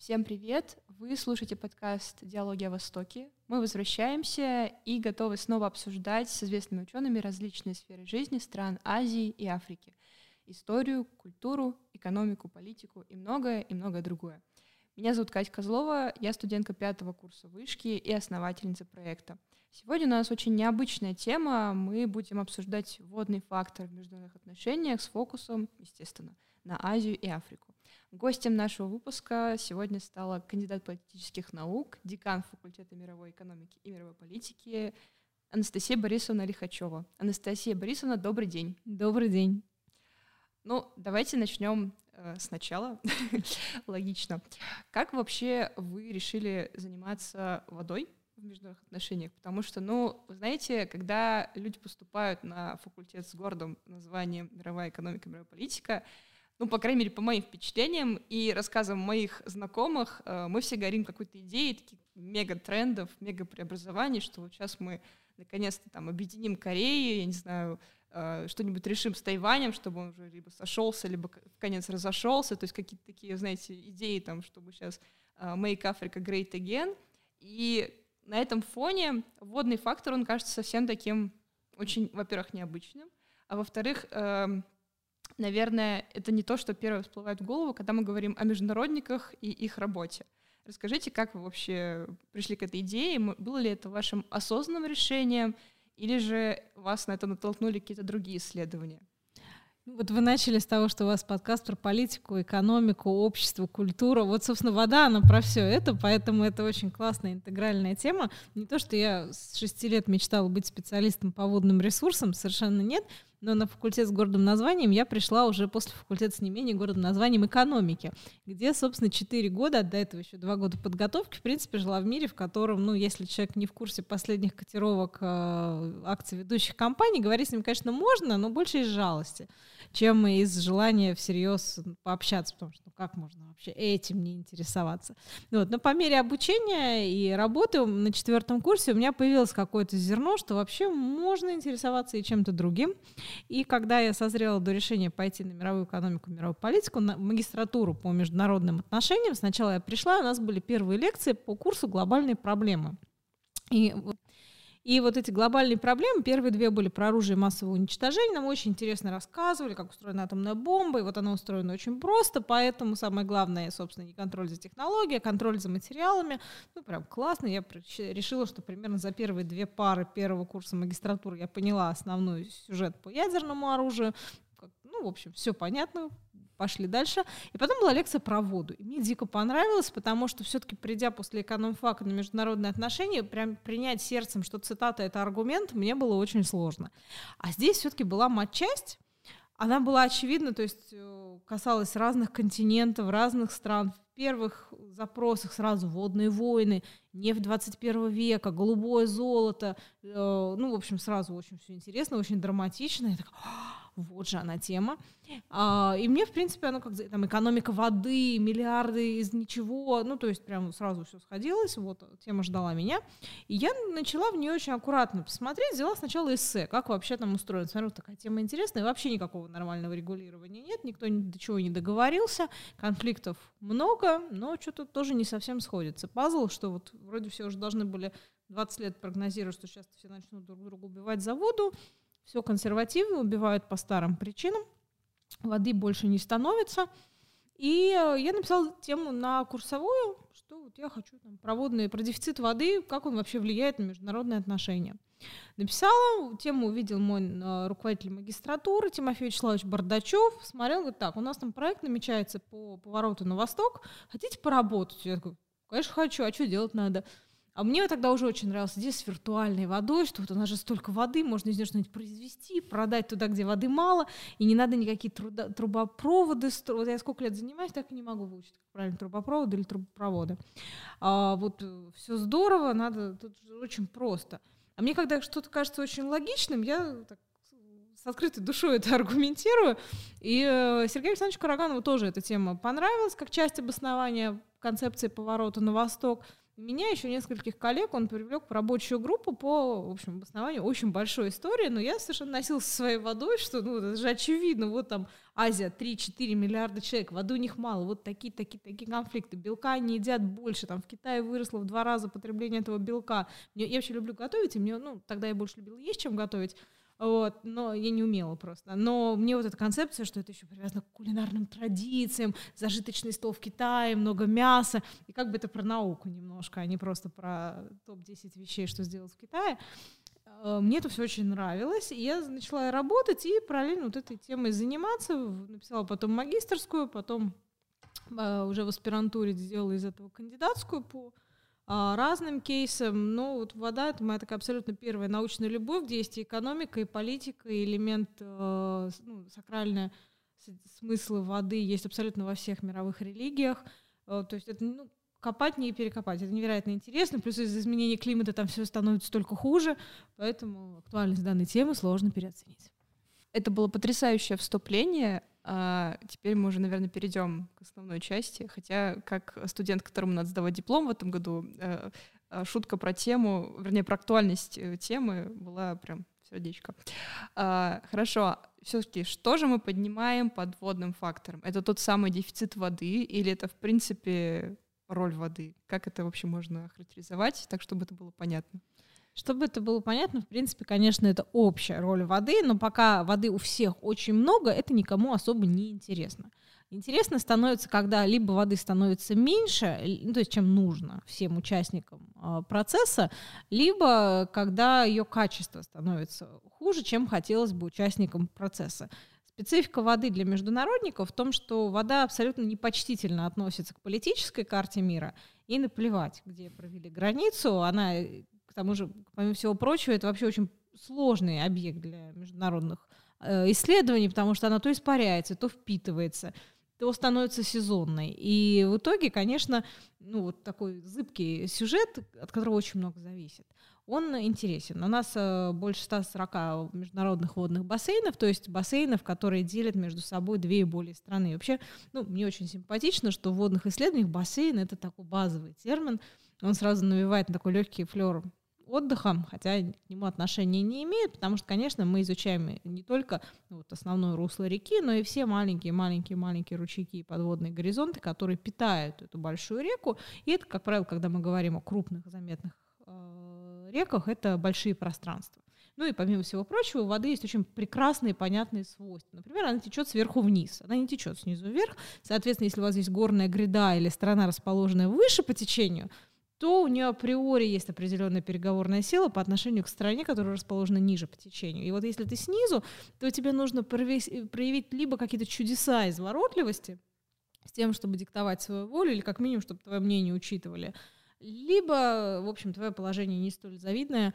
Всем привет! Вы слушаете подкаст «Диалоги о Востоке». Мы возвращаемся и готовы снова обсуждать с известными учеными различные сферы жизни стран Азии и Африки. Историю, культуру, экономику, политику и многое другое. Меня зовут Катя Козлова, я студентка 5-го курса вышки и основательница проекта. Сегодня у нас очень необычная тема. Мы будем обсуждать водный фактор в международных отношениях с фокусом, естественно, на Азию и Африку. Гостем нашего выпуска сегодня стала кандидат политических наук, декан факультета мировой экономики и мировой политики Анастасия Борисовна Лихачева. Анастасия Борисовна, добрый день. Добрый день. Давайте начнем сначала. Логично. Как вообще вы решили заниматься водой в международных отношениях? Потому что, вы знаете, когда люди поступают на факультет с гордым названием «Мировая экономика и мировая политика», по крайней мере, по моим впечатлениям и рассказам моих знакомых, мы все горим какой-то идеей таких мега-трендов, мега-преобразований, что вот сейчас мы наконец-то там объединим Корею, я не знаю, что-нибудь решим с Тайванем, чтобы он уже либо сошелся, либо в конец разошелся, то есть какие-то такие, знаете, идеи, там, чтобы сейчас make Africa great again. И на этом фоне водный фактор, он кажется совсем таким очень, во-первых, необычным, а во-вторых, наверное, это не то, что первое всплывает в голову, когда мы говорим о международниках и их работе. Расскажите, как вы вообще пришли к этой идее? Было ли это вашим осознанным решением, или же вас на это натолкнули какие-то другие исследования? Вот вы начали с того, что у вас подкаст про политику, экономику, общество, культуру. Вот, собственно, вода, она про все это, поэтому это очень классная интегральная тема. Не то, что я с 6 лет мечтала быть специалистом по водным ресурсам, совершенно нет, но на факультет с гордым названием я пришла уже после факультета с не менее гордым названием экономики, где, собственно, 4 года, до этого еще 2 года подготовки, в принципе, жила в мире, в котором, если человек не в курсе последних котировок акций ведущих компаний, говорить с ним, конечно, можно, но больше из жалости, чем из желания всерьез пообщаться, потому что как можно вообще этим не интересоваться. Но по мере обучения и работы на 4-м курсе у меня появилось какое-то зерно, что вообще можно интересоваться и чем-то другим. И когда я созрела до решения пойти на мировую экономику, мировую политику, на магистратуру по международным отношениям, сначала я пришла, у нас были первые лекции по курсу «Глобальные проблемы». И вот эти глобальные проблемы, первые 2 были про оружие массового уничтожения, нам очень интересно рассказывали, как устроена атомная бомба, и вот она устроена очень просто, поэтому самое главное, собственно, не контроль за технологией, а контроль за материалами. Прям классно, я решила, что примерно за первые 2 пары первого курса магистратуры я поняла основной сюжет по ядерному оружию, в общем, все понятно. Пошли дальше. И потом была лекция про воду. И мне дико понравилось, потому что все-таки, придя после экономфака на международные отношения, прям принять сердцем, что цитата — это аргумент, мне было очень сложно. А здесь все-таки была матчасть. Она была очевидна, то есть касалась разных континентов, разных стран. В первых запросах сразу водные войны, нефть 21 века, голубое золото. В общем, сразу очень все интересно, очень драматично. Я такая: вот же она тема. И мне, в принципе, оно как там экономика воды, миллиарды из ничего, то есть прям сразу все сходилось, вот тема ждала меня. И я начала в нее очень аккуратно посмотреть, взяла сначала эссе, как вообще там устроено. Смотрю, такая тема интересная, и вообще никакого нормального регулирования нет, никто ни до чего не договорился, конфликтов много, но что-то тоже не совсем сходится. Пазл, что вот вроде все уже должны были 20 лет прогнозировать, что сейчас все начнут друг друга убивать за воду, все консервативно, убивают по старым причинам, воды больше не становится. И я написала тему на курсовую, что вот я хочу про дефицит воды, как он вообще влияет на международные отношения. Написала, тему увидел мой руководитель магистратуры Тимофей Вячеславович Бардачев, смотрел, говорит: так, у нас там проект намечается по повороту на восток, хотите поработать? Я такой: конечно, хочу, а что делать надо? А мне тогда уже очень нравилась идея с виртуальной водой, что вот у нас же столько воды, можно из нее что-нибудь произвести, продать туда, где воды мало, и не надо никакие трубопроводы. Вот я сколько лет занимаюсь, так и не могу выучить, как правильно, трубопроводы или трубопроводы. Вот все здорово, надо, тут очень просто. А мне, когда что-то кажется очень логичным, я так с открытой душой это аргументирую. И Сергею Александровичу Караганову тоже эта тема понравилась, как часть обоснования концепции поворота на восток. Меня еще нескольких коллег он привлек в рабочую группу по, в общем, обоснованию очень большой истории, но я совершенно носилась со своей водой, что, ну, это же очевидно, вот там Азия, 3-4 миллиарда человек, воды у них мало, вот такие конфликты, белка они едят больше, там в Китае выросло в 2 раза потребление этого белка. Я вообще люблю готовить, и мне, ну, тогда я больше любила есть, чем готовить. Вот, но я не умела просто. Но мне вот эта концепция, что это еще привязано к кулинарным традициям, зажиточный стол в Китае, много мяса, и как бы это про науку немножко, а не просто про топ-10 вещей, что сделать в Китае. Мне это все очень нравилось, и я начала работать и параллельно вот этой темой заниматься. Написала потом магистерскую, потом уже в аспирантуре сделала из этого кандидатскую по разным кейсам. Но вот вода — это моя такая абсолютно первая научная любовь, где есть и экономика, и политика, и элемент сакральный смысл воды есть абсолютно во всех мировых религиях. То есть это копать не перекопать. Это невероятно интересно. Плюс из-за изменения климата там все становится только хуже. Поэтому актуальность данной темы сложно переоценить. Это было потрясающее вступление. Теперь мы уже, наверное, перейдем к основной части. Хотя, как студент, которому надо сдавать диплом в этом году, шутка про тему, вернее, про актуальность темы была прям сердечко. Хорошо. Все-таки, что же мы поднимаем под водным фактором? Это тот самый дефицит воды или это, в принципе, роль воды? Как это вообще можно охарактеризовать, так, чтобы это было понятно? Чтобы это было понятно, в принципе, конечно, это общая роль воды, но пока воды у всех очень много, это никому особо не интересно. Интересно становится, когда либо воды становится меньше, то есть чем нужно всем участникам процесса, либо когда ее качество становится хуже, чем хотелось бы участникам процесса. Специфика воды для международников в том, что вода абсолютно непочтительно относится к политической карте мира, и наплевать, где провели границу, она... К тому же, помимо всего прочего, это вообще очень сложный объект для международных исследований, потому что она то испаряется, то впитывается, то становится сезонной. И в итоге, конечно, вот такой зыбкий сюжет, от которого очень много зависит, он интересен. У нас больше 140 международных водных бассейнов, то есть бассейнов, которые делят между собой 2 и более страны. И вообще, мне очень симпатично, что в водных исследованиях бассейн — это такой базовый термин, он сразу навевает на такой легкий флер отдыха, хотя к нему отношения не имеет, потому что, конечно, мы изучаем не только основное русло реки, но и все маленькие ручейки и подводные горизонты, которые питают эту большую реку. И это, как правило, когда мы говорим о крупных заметных реках, это большие пространства. И помимо всего прочего, у воды есть очень прекрасные понятные свойства. Например, она течет сверху вниз, она не течет снизу вверх. Соответственно, если у вас есть горная гряда или страна, расположенная выше по течению, то у нее априори есть определенная переговорная сила по отношению к стране, которая расположена ниже по течению. И вот если ты снизу, то тебе нужно проявить либо какие-то чудеса изворотливости с тем, чтобы диктовать свою волю, или как минимум, чтобы твое мнение учитывали, либо, в общем, твое положение не столь завидное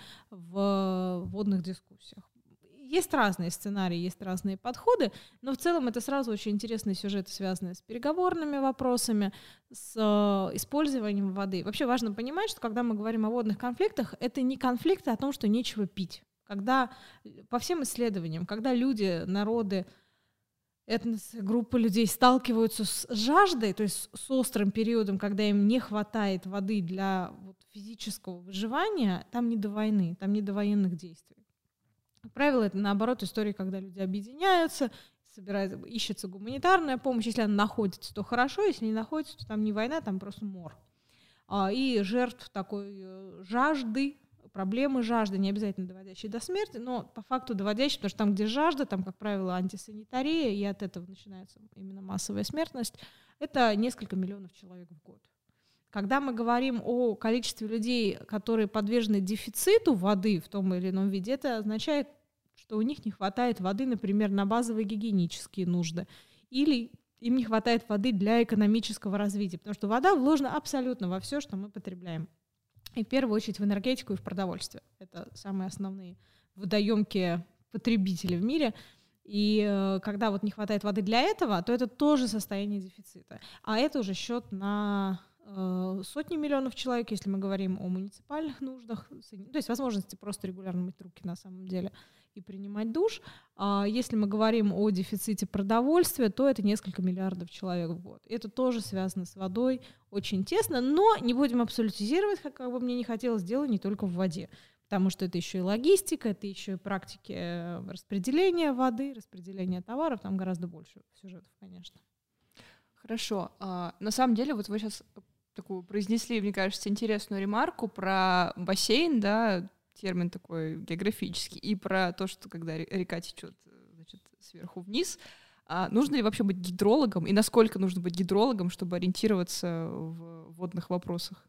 в водных дискуссиях. Есть разные сценарии, есть разные подходы, но в целом это сразу очень интересные сюжеты, связанные с переговорными вопросами, с использованием воды. Вообще важно понимать, что когда мы говорим о водных конфликтах, это не конфликты о том, что нечего пить. Когда по всем исследованиям, когда люди, народы, этносы, группы людей сталкиваются с жаждой, то есть с острым периодом, когда им не хватает воды для физического выживания, там не до войны, там не до военных действий. Как правило, это, наоборот, история, когда люди объединяются, ищется гуманитарная помощь. Если она находится, то хорошо, если не находится, то там не война, там просто мор. И жертв такой жажды, проблемы жажды, не обязательно доводящие до смерти, но по факту доводящие, потому что там, где жажда, там, как правило, антисанитария, и от этого начинается именно массовая смертность, это несколько миллионов человек в год. Когда мы говорим о количестве людей, которые подвержены дефициту воды в том или ином виде, это означает, что у них не хватает воды, например, на базовые гигиенические нужды, или им не хватает воды для экономического развития, потому что вода вложена абсолютно во все, что мы потребляем. И в первую очередь в энергетику и в продовольствие. Это самые основные водоемкие потребители в мире. И когда не хватает воды для этого, то это тоже состояние дефицита. А это уже счет на сотни миллионов человек, если мы говорим о муниципальных нуждах, то есть возможности просто регулярно мыть руки на самом деле и принимать душ. А если мы говорим о дефиците продовольствия, то это несколько миллиардов человек в год. Это тоже связано с водой очень тесно, но не будем абсолютизировать, как бы мне не хотелось, дело не только в воде, потому что это еще и логистика, это еще и практики распределения воды, распределения товаров, там гораздо больше сюжетов, конечно. Хорошо. На самом деле, вот вы сейчас такую произнесли, мне кажется, интересную ремарку про бассейн, да, термин такой географический, и про то, что когда река течет, значит, сверху вниз. Нужно ли вообще быть гидрологом, и насколько нужно быть гидрологом, чтобы ориентироваться в водных вопросах?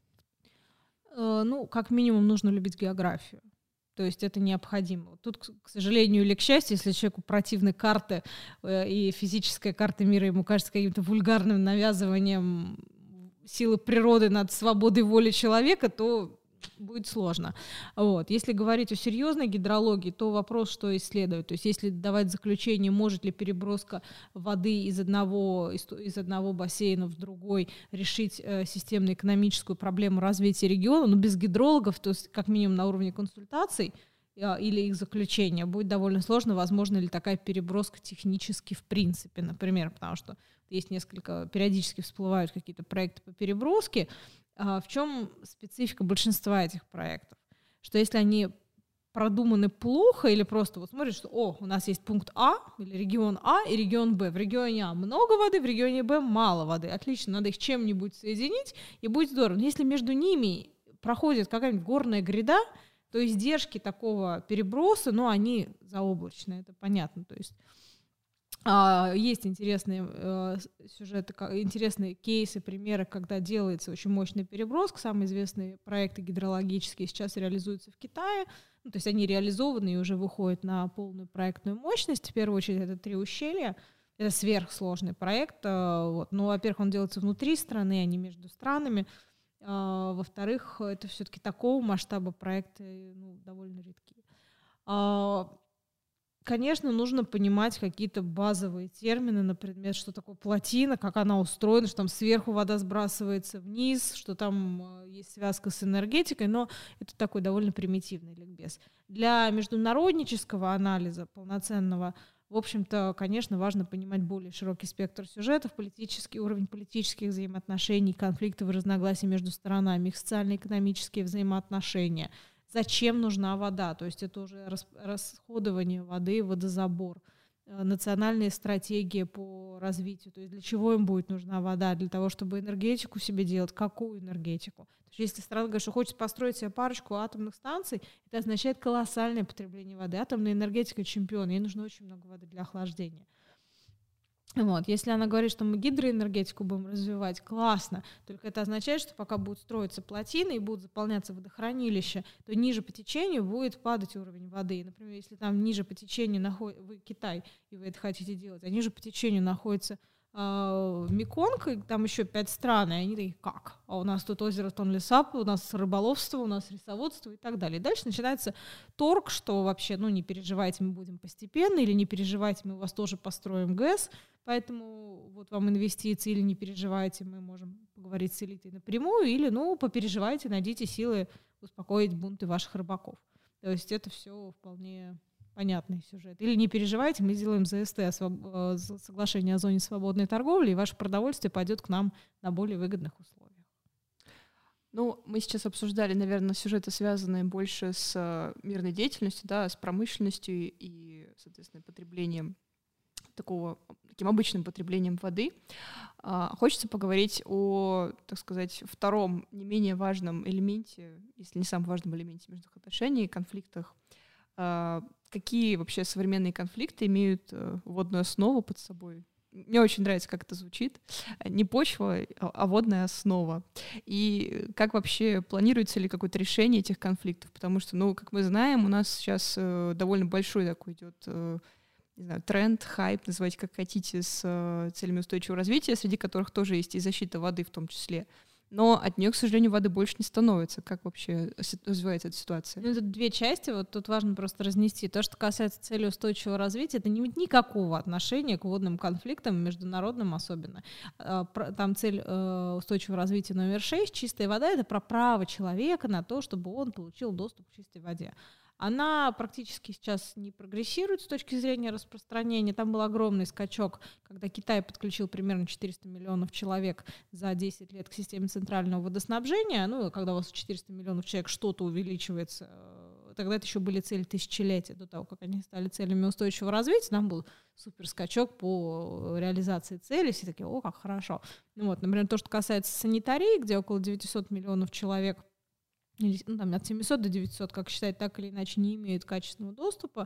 Ну, как минимум, нужно любить географию. То есть это необходимо. Тут, к сожалению или к счастью, если человеку противны карты и физическая карта мира ему кажется каким-то вульгарным навязыванием силы природы над свободой воли человека, то будет сложно. Вот. Если говорить о серьезной гидрологии, то вопрос, что исследовать. То есть если давать заключение, может ли переброска воды из одного бассейна в другой решить системно-экономическую проблему развития региона, но без гидрологов, то есть как минимум на уровне консультаций или их заключения, будет довольно сложно, возможно ли такая переброска технически в принципе, например, потому что есть периодически всплывают какие-то проекты по переброске. В чем специфика большинства этих проектов? Что если они продуманы плохо или просто вот смотришь, что у нас есть пункт А или регион А и регион Б. В регионе А много воды, в регионе Б мало воды. Отлично, надо их чем-нибудь соединить, и будет здорово. Но если между ними проходит какая-нибудь горная гряда, то издержки такого переброса, они заоблачные, это понятно. То есть есть интересные сюжеты, интересные кейсы, примеры, когда делается очень мощный переброс. Самые известные проекты гидрологические сейчас реализуются в Китае. То есть они реализованы и уже выходят на полную проектную мощность. В первую очередь это 3 ущелья. Это сверхсложный проект. Но, во-первых, он делается внутри страны, а не между странами. Во-вторых, это все-таки такого масштаба проекты довольно редкие. Конечно, нужно понимать какие-то базовые термины на предмет, что такое плотина, как она устроена, что там сверху вода сбрасывается вниз, что там есть связка с энергетикой, но это такой довольно примитивный ликбез. Для международнического анализа полноценного, в общем-то, конечно, важно понимать более широкий спектр сюжетов, политический уровень политических взаимоотношений, конфликтов и разногласий между сторонами, их социально-экономические взаимоотношения. Зачем нужна вода? То есть это уже расходование воды, водозабор, национальные стратегии по развитию. То есть для чего им будет нужна вода? Для того, чтобы энергетику себе делать. Какую энергетику? То есть если страна говорит, что хочет построить себе парочку атомных станций, это означает колоссальное потребление воды. Атомная энергетика — чемпион. Ей нужно очень много воды для охлаждения. Вот. Если она говорит, что мы гидроэнергетику будем развивать, классно, только это означает, что пока будут строиться плотины и будут заполняться водохранилища, то ниже по течению будет падать уровень воды. Например, если там ниже по течению вы Китай, и вы это хотите делать, а ниже по течению находится Меконг, и там еще 5 стран, и они такие, как? А у нас тут озеро Тонлесап, у нас рыболовство, у нас рисоводство и так далее. И дальше начинается торг, что вообще, не переживайте, мы будем постепенно, или не переживайте, мы у вас тоже построим ГЭС, поэтому вот вам инвестиции, или не переживайте, мы можем поговорить с элитой напрямую, или, попереживайте, найдите силы успокоить бунты ваших рыбаков. То есть это все вполне понятный сюжет. Или не переживайте, мы сделаем ЗСТ, соглашение о зоне свободной торговли, и ваше продовольствие пойдет к нам на более выгодных условиях. Мы сейчас обсуждали, наверное, сюжеты, связанные больше с мирной деятельностью, да, с промышленностью и, соответственно, потреблением таким обычным потреблением воды. Хочется поговорить о, так сказать, втором, не менее важном элементе, если не самом важном элементе международных отношений, конфликтах. Какие вообще современные конфликты имеют водную основу под собой? Мне очень нравится, как это звучит. Не почва, а водная основа. И как вообще планируется ли какое-то решение этих конфликтов? Потому что, как мы знаем, у нас сейчас довольно большой такой идет, не знаю, тренд, хайп, называйте как хотите, с целями устойчивого развития, среди которых тоже есть и защита воды в том числе. но от нее, к сожалению, воды больше не становится. Как вообще развивается эта ситуация? Ну, тут две части, вот тут важно просто разнести. То, что касается цели устойчивого развития, это не имеет никакого отношения к водным конфликтам, международным особенно. Там цель устойчивого развития номер 6, чистая вода, это про право человека на то, чтобы он получил доступ к чистой воде. Она практически сейчас не прогрессирует с точки зрения распространения. Там был огромный скачок, когда Китай подключил примерно 400 миллионов человек за 10 лет к системе центрального водоснабжения. Ну, когда у вас 400 миллионов человек что-то увеличивается, тогда это еще были цели тысячелетия, до того, как они стали целями устойчивого развития. Там был супер скачок по реализации целей. Все такие, о, как хорошо. Ну, вот, например, то, что касается санитарии, где около 900 миллионов человек, ну, там, от 700 до 900, как считать, так или иначе не имеют качественного доступа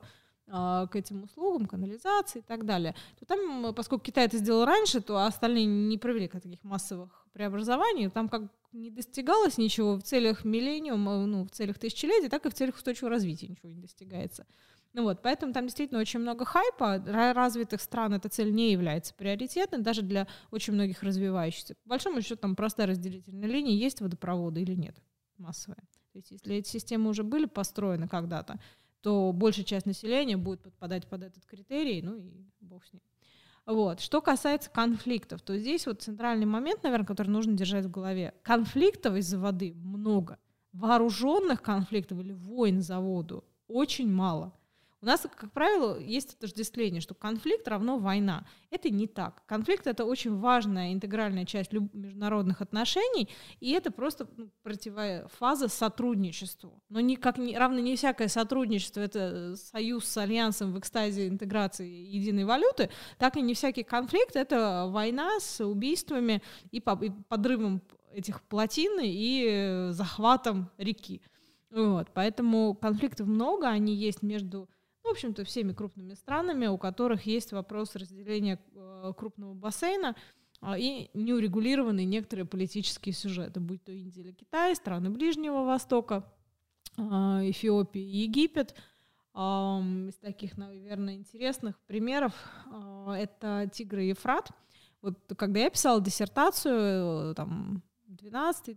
к этим услугам, канализации и так далее, то там, поскольку Китай это сделал раньше, то остальные не провели таких массовых преобразований, там как не достигалось ничего в целях миллениума, ну, в целях тысячелетия, так и в целях устойчивого развития ничего не достигается. Ну вот, поэтому там действительно очень много хайпа. Для развитых стран эта цель не является приоритетной, даже для очень многих развивающихся. По большому счету, там простая разделительная линия, есть водопроводы или нет. Массовая. То есть если эти системы уже были построены когда-то, то большая часть населения будет подпадать под этот критерий, ну и бог с ним. Вот. Что касается конфликтов, то здесь вот центральный момент, наверное, который нужно держать в голове. Конфликтов из-за воды много. Вооруженных конфликтов или войн за воду очень мало. У нас, как правило, есть отождествление, что конфликт равно война. Это не так. Конфликт — это очень важная интегральная часть международных отношений, и это просто противофаза сотрудничеству. Но равно не всякое сотрудничество — это союз с альянсом в экстазе интеграции единой валюты, так и не всякий конфликт — это война с убийствами и подрывом этих плотин и захватом реки. Вот. Поэтому конфликтов много, они есть между, в общем-то, всеми крупными странами, у которых есть вопрос разделения крупного бассейна и неурегулированные некоторые политические сюжеты, будь то Индия или Китай, страны Ближнего Востока, Эфиопия и Египет. Из таких, наверное, интересных примеров это Тигр и Ефрат. Вот когда я писала диссертацию, там, 12,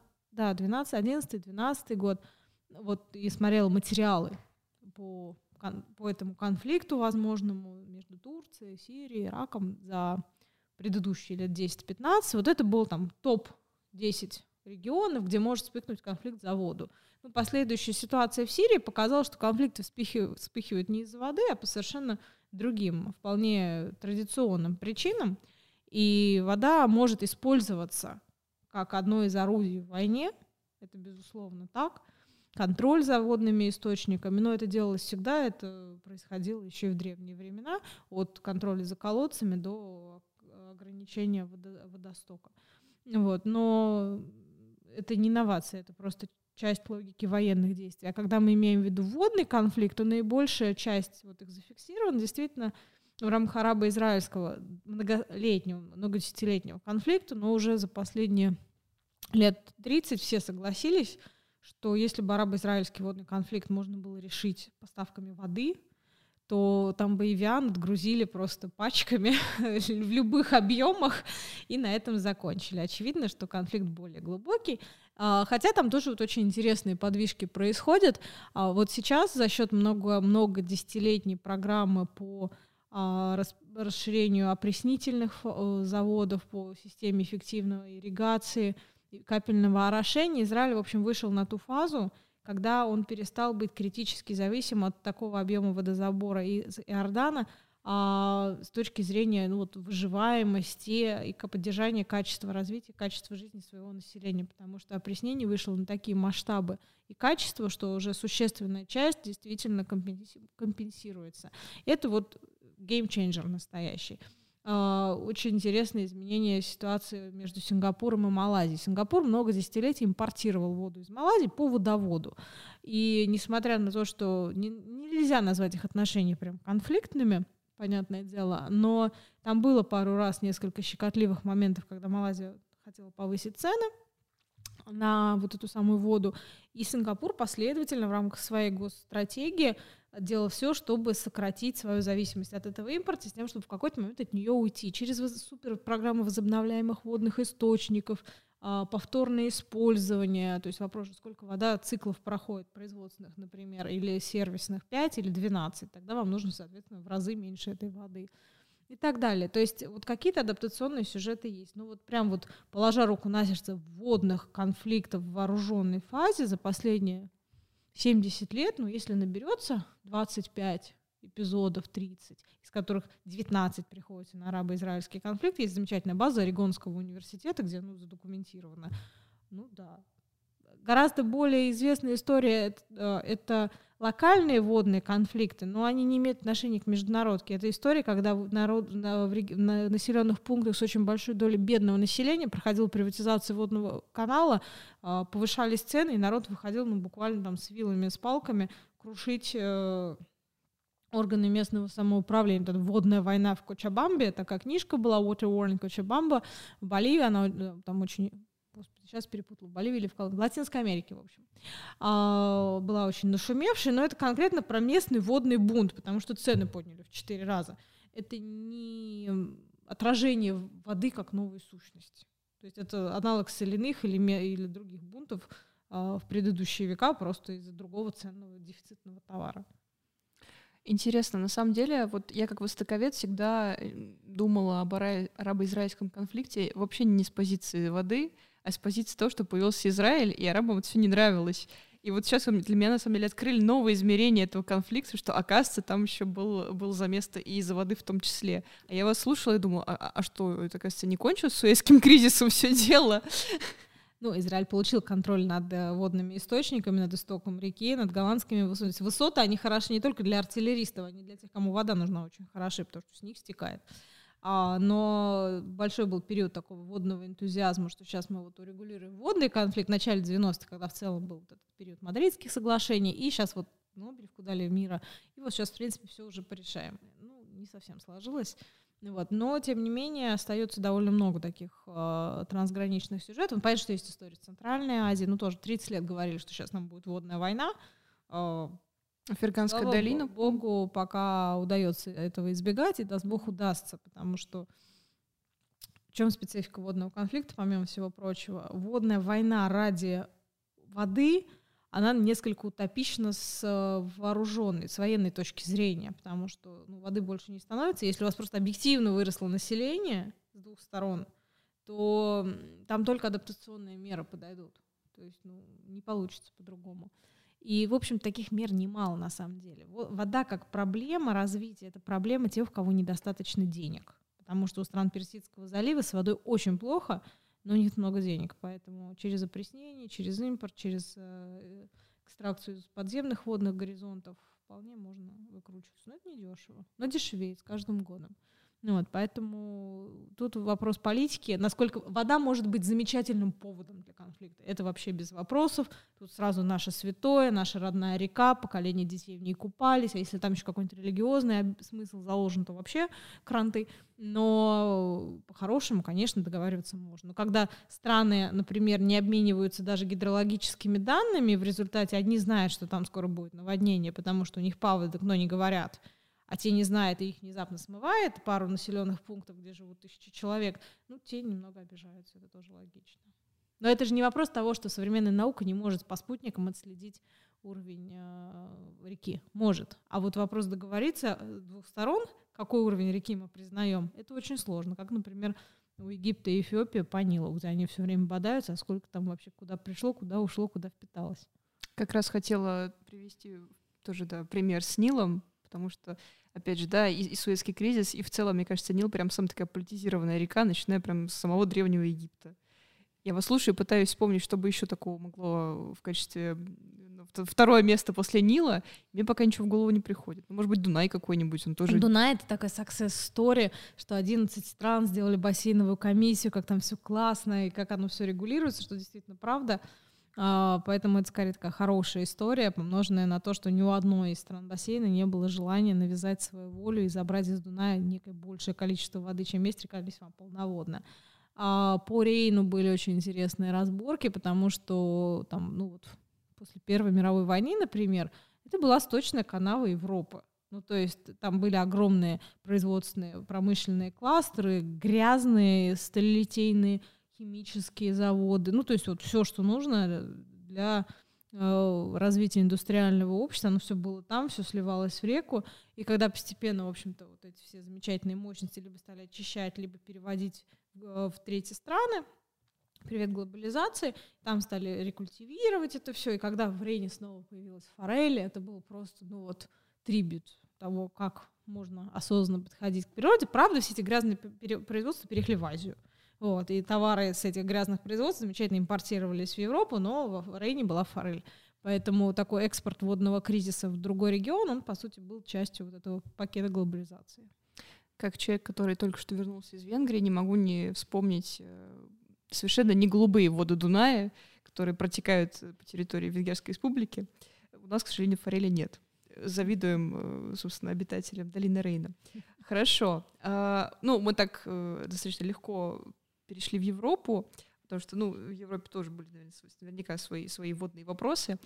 11, 12 год, вот, и смотрела материалы по этому конфликту возможному между Турцией, Сирией, Ираком за предыдущие лет 10-15. Вот это был там топ-10 регионов, где может вспыхнуть конфликт за воду. Но последующая ситуация в Сирии показала, что конфликты вспыхивают не из-за воды, а по совершенно другим, вполне традиционным причинам. И вода может использоваться как одно из орудий в войне. Это, безусловно, так. Контроль за водными источниками, но это делалось всегда, это происходило еще и в древние времена, от контроля за колодцами до ограничения водостока. Вот. Но это не инновация, это просто часть логики военных действий. А когда мы имеем в виду водный конфликт, то наибольшая часть вот их зафиксирована действительно в рамках арабо-израильского многодесятилетнего конфликта, но уже за последние лет 30 все согласились, что если бы арабо-израильский водный конфликт можно было решить поставками воды, то там бы Эвиан отгрузили просто пачками в любых объемах и на этом закончили. Очевидно, что конфликт более глубокий, хотя там тоже вот очень интересные подвижки происходят. Вот сейчас за счет много десятилетней программы по расширению опреснительных заводов, по системе эффективной ирригации, капельного орошения, Израиль, в общем, вышел на ту фазу, когда он перестал быть критически зависим от такого объема водозабора из Иордана с точки зрения выживаемости и поддержания качества развития, качества жизни своего населения, потому что опреснение вышло на такие масштабы и качество, что уже существенная часть действительно компенсируется. Это вот геймчейнджер настоящий. Очень интересные изменения ситуации между Сингапуром и Малайзией. Сингапур много десятилетий импортировал воду из Малайзии по водоводу. И несмотря на то, что нельзя назвать их отношения прям конфликтными, понятное дело, но там было пару раз несколько щекотливых моментов, когда Малайзия хотела повысить цены на вот эту самую воду. И Сингапур последовательно в рамках своей госстратегии делал все, чтобы сократить свою зависимость от этого импорта, с тем, чтобы в какой-то момент от нее уйти через суперпрограммы возобновляемых водных источников, повторное использование, то есть вопрос, сколько вода циклов проходит, производственных, например, или сервисных, 5 или 12, тогда вам нужно, соответственно, в разы меньше этой воды. И так далее. То есть вот какие-то адаптационные сюжеты есть. Ну вот прям вот положа руку на сердце, вводных конфликтов в вооруженной фазе за последние 70 лет, ну если наберется 25 эпизодов, 30, из которых 19 приходится на арабо-израильский конфликт. Есть замечательная база Орегонского университета, где задокументировано. Ну да. Гораздо более известная история это локальные водные конфликты, но они не имеют отношения к международке. Это история, когда на населенных пунктах с очень большой долей бедного населения проходила приватизация водного канала, повышались цены, и народ выходил буквально там с вилами, с палками крушить органы местного самоуправления. Это водная война в Кочабамбе, такая книжка была Water War in Кочабамба в Боливии, она там очень... Господи, сейчас перепутала, в Боливии или в Латинской Америке, в общем. Была очень нашумевшая, но это конкретно про местный водный бунт, потому что цены подняли в 4 раза. Это не отражение воды как новой сущности. То есть это аналог соляных или других бунтов в предыдущие века, просто из-за другого ценного дефицитного товара. Интересно, на самом деле, вот я как востоковед всегда думала об арабо-израильском конфликте вообще не с позиции воды, а с позиции того, что появился Израиль, и арабам это все не нравилось. И вот сейчас для меня, на самом деле, открыли новое измерение этого конфликта, что, оказывается, там еще был замес и из-за воды в том числе. А я вас слушала и думала, а что, это, оказывается, не кончилось Суэцким кризисом все дело? Ну, Израиль получил контроль над водными источниками, над истоком реки, над голландскими высотами. Высоты, они хороши не только для артиллеристов, они для тех, кому вода нужна, очень хороши, потому что с них стекает. Но большой был период такого водного энтузиазма, что сейчас мы вот урегулируем водный конфликт в начале 90-х, когда в целом был вот этот период Мадридских соглашений, и сейчас вот Нобелевку дали мира, и вот сейчас, в принципе, все уже порешаем. Ну, не совсем сложилось. Вот. Но, тем не менее, остается довольно много таких трансграничных сюжетов. Понятно, что есть история Центральной Азии. Ну, тоже 30 лет говорили, что сейчас нам будет водная война. Ферганская долина. Богу пока удается этого избегать, и даст Бог удастся, потому что в чем специфика водного конфликта, помимо всего прочего? Водная война ради воды, она несколько утопична с вооруженной, с военной точки зрения, потому что воды больше не становится. Если у вас просто объективно выросло население с двух сторон, то там только адаптационные меры подойдут. То есть не получится по-другому. И, в общем, таких мер немало на самом деле. Вода как проблема развития — это проблема тех, у кого недостаточно денег. Потому что у стран Персидского залива с водой очень плохо, но у них много денег. Поэтому через опреснение, через импорт, через экстракцию из подземных водных горизонтов вполне можно выкручиваться. Но это недешево. Но дешевеет с каждым годом. Поэтому тут вопрос политики, насколько вода может быть замечательным поводом для конфликта. Это вообще без вопросов. Тут сразу наше святое, наша родная река, поколение детей в ней купались, а если там еще какой-нибудь религиозный смысл заложен, то вообще кранты. Но по-хорошему, конечно, договариваться можно. Но когда страны, например, не обмениваются даже гидрологическими данными, в результате одни знают, что там скоро будет наводнение, потому что у них паводок, но не говорят, а те не знают, и их внезапно смывает пару населенных пунктов, где живут 1000 человек, те немного обижаются, это тоже логично. Но это же не вопрос того, что современная наука не может по спутникам отследить уровень реки. Может. А вот вопрос договориться с двух сторон, какой уровень реки мы признаем, это очень сложно. Как, например, у Египта и Эфиопии по Нилу, где они все время бодаются, а сколько там вообще куда пришло, куда ушло, куда впиталось. Как раз хотела привести тоже пример с Нилом, потому что, опять же, и Суэцкий кризис, и в целом, мне кажется, Нил прям самая такая политизированная река, начиная прям с самого Древнего Египта. Я вас слушаю и пытаюсь вспомнить, что бы еще такого могло в качестве второе место после Нила. Мне пока ничего в голову не приходит. Может быть, Дунай какой-нибудь, он тоже... Дунай — это такая success story, что 11 стран сделали бассейновую комиссию, как там все классно, и как оно все регулируется, что действительно правда. Поэтому это скорее такая хорошая история, помноженная на то, что ни у одной из стран бассейна не было желания навязать свою волю и забрать из Дуная некое большее количество воды, чем есть река весьма полноводная. По Рейну были очень интересные разборки, потому что там, после Первой мировой войны, например, это была сточная канава Европы. То есть там были огромные производственные промышленные кластеры, грязные, сталелитейные, химические заводы, ну, то есть вот все, что нужно для развития индустриального общества, оно все было там, все сливалось в реку, и когда постепенно, в общем-то, вот эти все замечательные мощности либо стали очищать, либо переводить в третьи страны, привет глобализации, там стали рекультивировать это все, и когда в Рейне снова появилась форель, это было просто, ну вот, трибют того, как можно осознанно подходить к природе. Правда, все эти грязные производства переехали в Азию. Вот, и товары с этих грязных производств замечательно импортировались в Европу, но в Рейне была форель. Поэтому такой экспорт водного кризиса в другой регион, он, по сути, был частью вот этого пакета глобализации. Как человек, который только что вернулся из Венгрии, не могу не вспомнить совершенно не голубые воды Дуная, которые протекают по территории Венгерской республики. У нас, к сожалению, форели нет. Завидуем, собственно, обитателям долины Рейна. Хорошо. Ну, мы так достаточно легко перешли в Европу, потому что, ну, в Европе тоже были, наверняка, свои водные вопросы.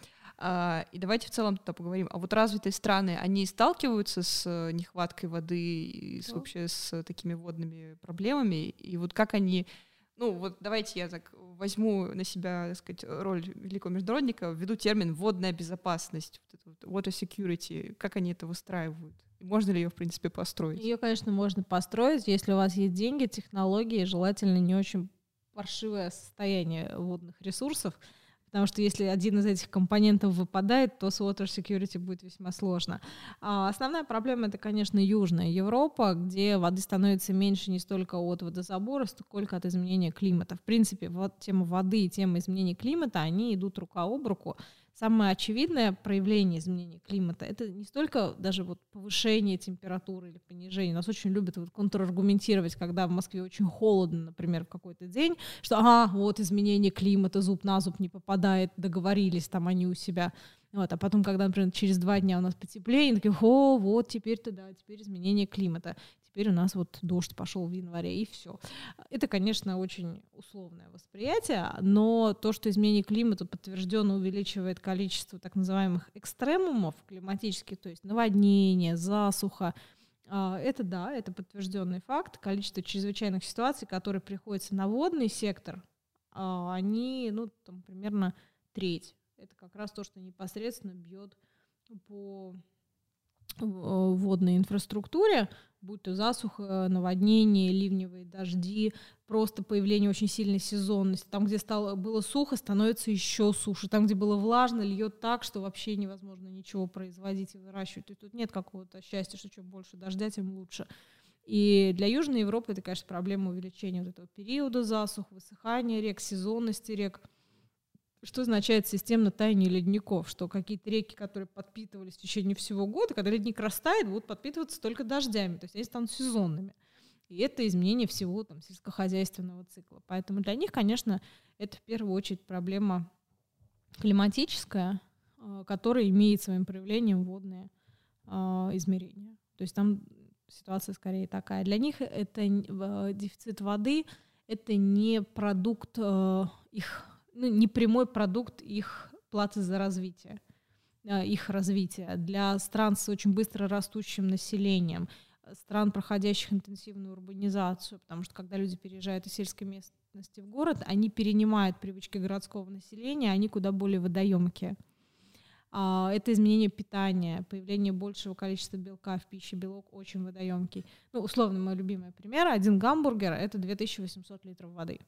И давайте в целом тогда поговорим. А вот развитые страны, они сталкиваются с нехваткой воды и вообще с такими водными проблемами? И вот как они... Ну, вот давайте я так возьму на себя, так сказать, роль великого международника, введу термин «водная безопасность», water security. Как они это выстраивают? Можно ли ее, в принципе, построить? Ее, конечно, можно построить, если у вас есть деньги, технологии, желательно не очень паршивое состояние водных ресурсов, потому что если один из этих компонентов выпадает, то с water security будет весьма сложно. Основная проблема — это, конечно, Южная Европа, где воды становится меньше не столько от водозабора, сколько от изменения климата. В принципе, вот тема воды и тема изменения климата, они идут рука об руку. Самое очевидное проявление изменения климата — это не столько даже вот повышение температуры или понижение. Нас очень любят вот контраргументировать, когда в Москве очень холодно, например, в какой-то день, что вот изменение климата, зуб на зуб не попадает, договорились там они у себя. Вот, а потом, когда, например, через 2 дня у нас потеплее, они такие: вот теперь-то да, теперь изменение климата. Теперь у нас вот дождь пошел в январе, и все. Это, конечно, очень условное восприятие, но то, что изменение климата подтвержденно увеличивает количество так называемых экстремумов климатических, то есть наводнения, засуха, это да, это подтвержденный факт. Количество чрезвычайных ситуаций, которые приходятся на водный сектор, они, там, примерно треть. Это как раз то, что непосредственно бьет по водной инфраструктуре, будь то засуха, наводнение, ливневые дожди, просто появление очень сильной сезонности. Там, где было сухо, становится еще суше. Там, где было влажно, льет так, что вообще невозможно ничего производить и выращивать. То есть тут нет какого-то счастья, что чем больше дождя, тем лучше. И для Южной Европы это, конечно, проблема увеличения вот этого периода засух, высыхания рек, сезонности рек. Что означает системно таяние ледников? Что какие-то реки, которые подпитывались в течение всего года, когда ледник растает, будут подпитываться только дождями, то есть они станут сезонными. И это изменение всего там сельскохозяйственного цикла. Поэтому для них, конечно, это в первую очередь проблема климатическая, которая имеет своим проявлением водные измерения. То есть там ситуация скорее такая. Для них это дефицит воды, это не продукт их, не прямой продукт их платы за развитие, их развития. Для стран с очень быстро растущим населением, стран, проходящих интенсивную урбанизацию, потому что когда люди переезжают из сельской местности в город, они перенимают привычки городского населения, они куда более водоемкие. Это изменение питания, появление большего количества белка в пище. Белок очень водоемкий. Условно, мой любимый пример. 1 гамбургер — это 2800 литров воды.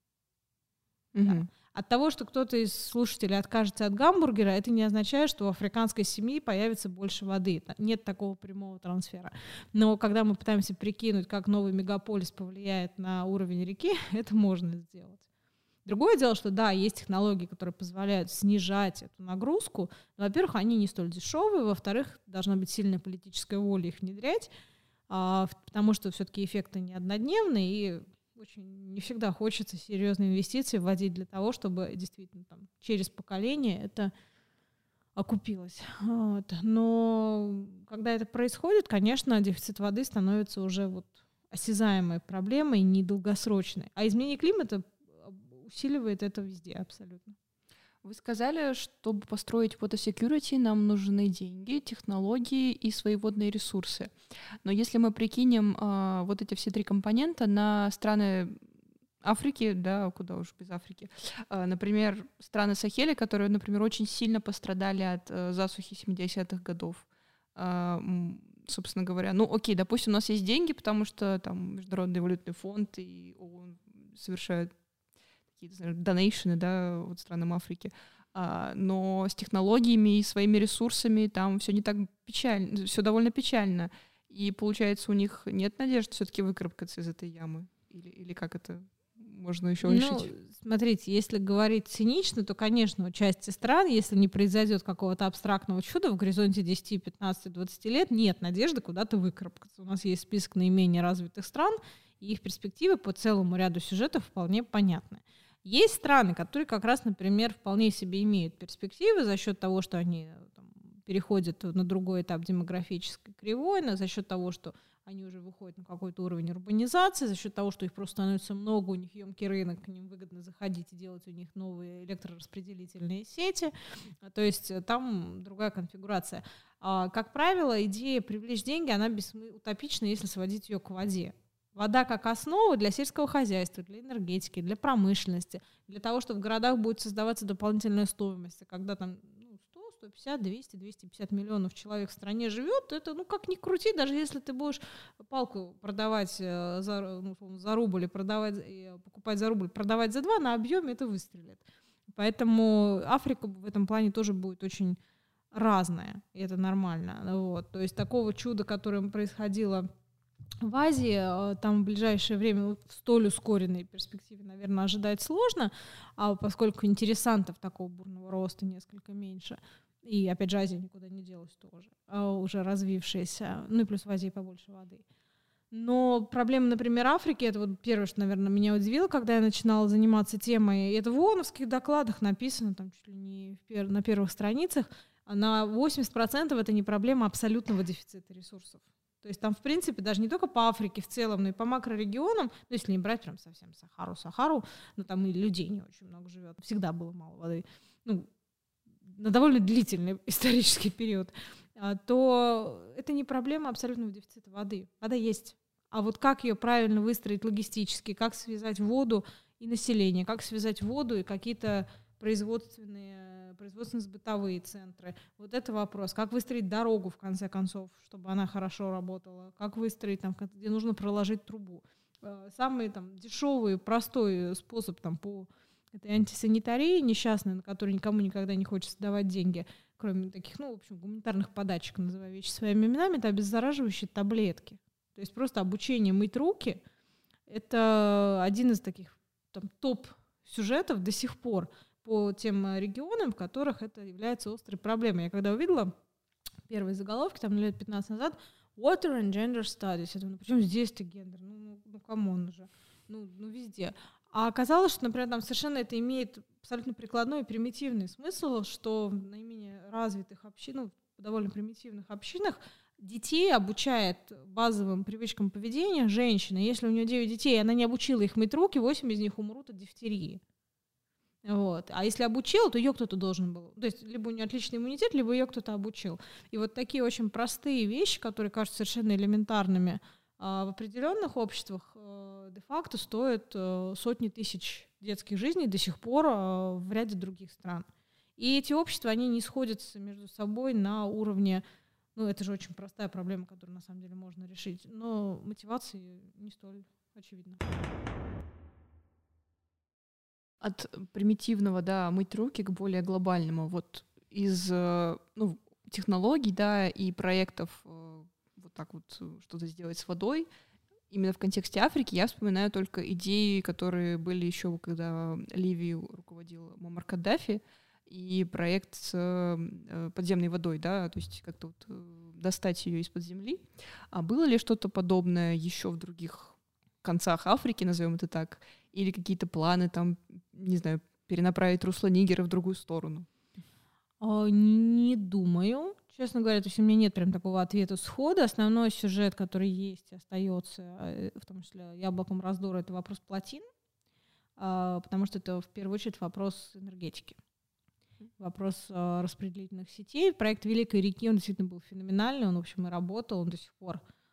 Угу. Да. От того, что кто-то из слушателей откажется от гамбургера, это не означает, что у африканской семьи появится больше воды. Нет такого прямого трансфера. Но когда мы пытаемся прикинуть, как новый мегаполис повлияет на уровень реки, это можно сделать. Другое дело, что да, есть технологии, которые позволяют снижать эту нагрузку. Но, во-первых, они не столь дешевые, во-вторых, должна быть сильная политическая воля их внедрять, потому что все-таки эффекты не однодневные, и очень не всегда хочется серьезные инвестиции вводить для того, чтобы действительно там, через поколение это окупилось. Вот. Но когда это происходит, конечно, дефицит воды становится уже осязаемой проблемой, недолгосрочной. А изменение климата усиливает это везде абсолютно. Вы сказали, чтобы построить water security, нам нужны деньги, технологии и свои водные ресурсы. Но если мы прикинем вот эти все 3 компонента на страны Африки, да, куда уж без Африки. Например, страны Сахеля, которые, например, очень сильно пострадали от засухи 70-х годов. Собственно говоря, ну окей, допустим, у нас есть деньги, потому что там Международный валютный фонд и ООН совершают какие-то донейшены, да, вот странам Африки. Но с технологиями и своими ресурсами там все не так печально, все довольно печально. И получается, у них нет надежды все-таки выкарабкаться из этой ямы? Или как это можно еще решить? Смотрите, если говорить цинично, то, конечно, у части стран, если не произойдет какого-то абстрактного чуда в горизонте 10, 15, 20 лет, нет надежды куда-то выкарабкаться. У нас есть список наименее развитых стран, и их перспективы по целому ряду сюжетов вполне понятны. Есть страны, которые как раз, например, вполне себе имеют перспективы за счет того, что они там переходят на другой этап демографической кривой, за счет того, что они уже выходят на какой-то уровень урбанизации, за счет того, что их просто становится много, у них емкий рынок, к ним выгодно заходить и делать у них новые электрораспределительные сети. То есть там другая конфигурация. Как правило, идея привлечь деньги, она утопична, если сводить ее к воде. Вода как основа для сельского хозяйства, для энергетики, для промышленности, для того, чтобы в городах будет создаваться дополнительная стоимость. Когда там 150, 200, 250 миллионов человек в стране живет, это, как ни крути, даже если ты будешь палку продавать за рубль, покупать за рубль, продавать за 2, на объеме это выстрелит. Поэтому Африка в этом плане тоже будет очень разная, и это нормально. Вот. То есть такого чуда, которое происходило в Азии, там в ближайшее время в столь ускоренной перспективе, наверное, ожидать сложно, поскольку интересантов такого бурного роста несколько меньше. И, опять же, Азия никуда не делась тоже, уже развившаяся. Ну и плюс в Азии побольше воды. Но проблема, например, Африки, это вот первое, что, наверное, меня удивило, когда я начинала заниматься темой. Это в ООНовских докладах написано, там чуть ли не на первых страницах. На 80% это не проблема абсолютного дефицита ресурсов. То есть там, в принципе, даже не только по Африке в целом, но и по макрорегионам, если не брать прям совсем Сахару, но там и людей не очень много живет. Всегда было мало воды. На довольно длительный исторический период. То это не проблема абсолютного дефицита воды. Вода есть. А вот как ее правильно выстроить логистически, как связать воду и население, как связать воду и какие-то производственно-бытовые центры. Вот это вопрос. Как выстроить дорогу, в конце концов, чтобы она хорошо работала? Как выстроить, где нужно проложить трубу? Самый дешевый, простой способ по этой антисанитарии несчастной, на которую никому никогда не хочется давать деньги, кроме таких, гуманитарных подачек, называя вещи своими именами, это обеззараживающие таблетки. То есть просто обучение мыть руки — это один из таких топ-сюжетов до сих пор по тем регионам, в которых это является острой проблемой. Я когда увидела первые заголовки, лет 15 назад, Water and Gender Studies. Я думаю, почему здесь-то гендер? Камон уже. Везде. А оказалось, что, например, там совершенно это имеет абсолютно прикладной и примитивный смысл, что в наименее развитых общинах, в довольно примитивных общинах, детей обучает базовым привычкам поведения женщина. Если у нее 9 детей, и она не обучила их мыть руки, 8 из них умрут от дифтерии. Вот. А если обучила, то ее кто-то должен был. То есть либо у нее отличный иммунитет, либо ее кто-то обучил. И вот такие очень простые вещи, которые кажутся совершенно элементарными, в определенных обществах де-факто стоят сотни тысяч детских жизней до сих пор в ряде других стран. И эти общества, они не сходятся между собой на уровне, это же очень простая проблема, которую на самом деле можно решить, но мотивации не столь очевидно. От примитивного, мыть руки к более глобальному. Вот из технологий, и проектов что-то сделать с водой, именно в контексте Африки я вспоминаю только идеи, которые были еще, когда Ливией руководил Муаммар Каддафи, и проект с подземной водой, то есть как-то достать ее из-под земли. А было ли что-то подобное еще в других концах Африки, назовем это так, или какие-то планы не знаю, перенаправить русло Нигера в другую сторону? Не думаю. Честно говоря, то есть у меня нет прям такого ответа схода. Основной сюжет, который есть и остается, в том числе яблоком раздора, это вопрос плотин, потому что это в первую очередь вопрос энергетики, вопрос распределительных сетей. Проект Великой реки, он действительно был феноменальный, он, в общем, и работал, он до сих пор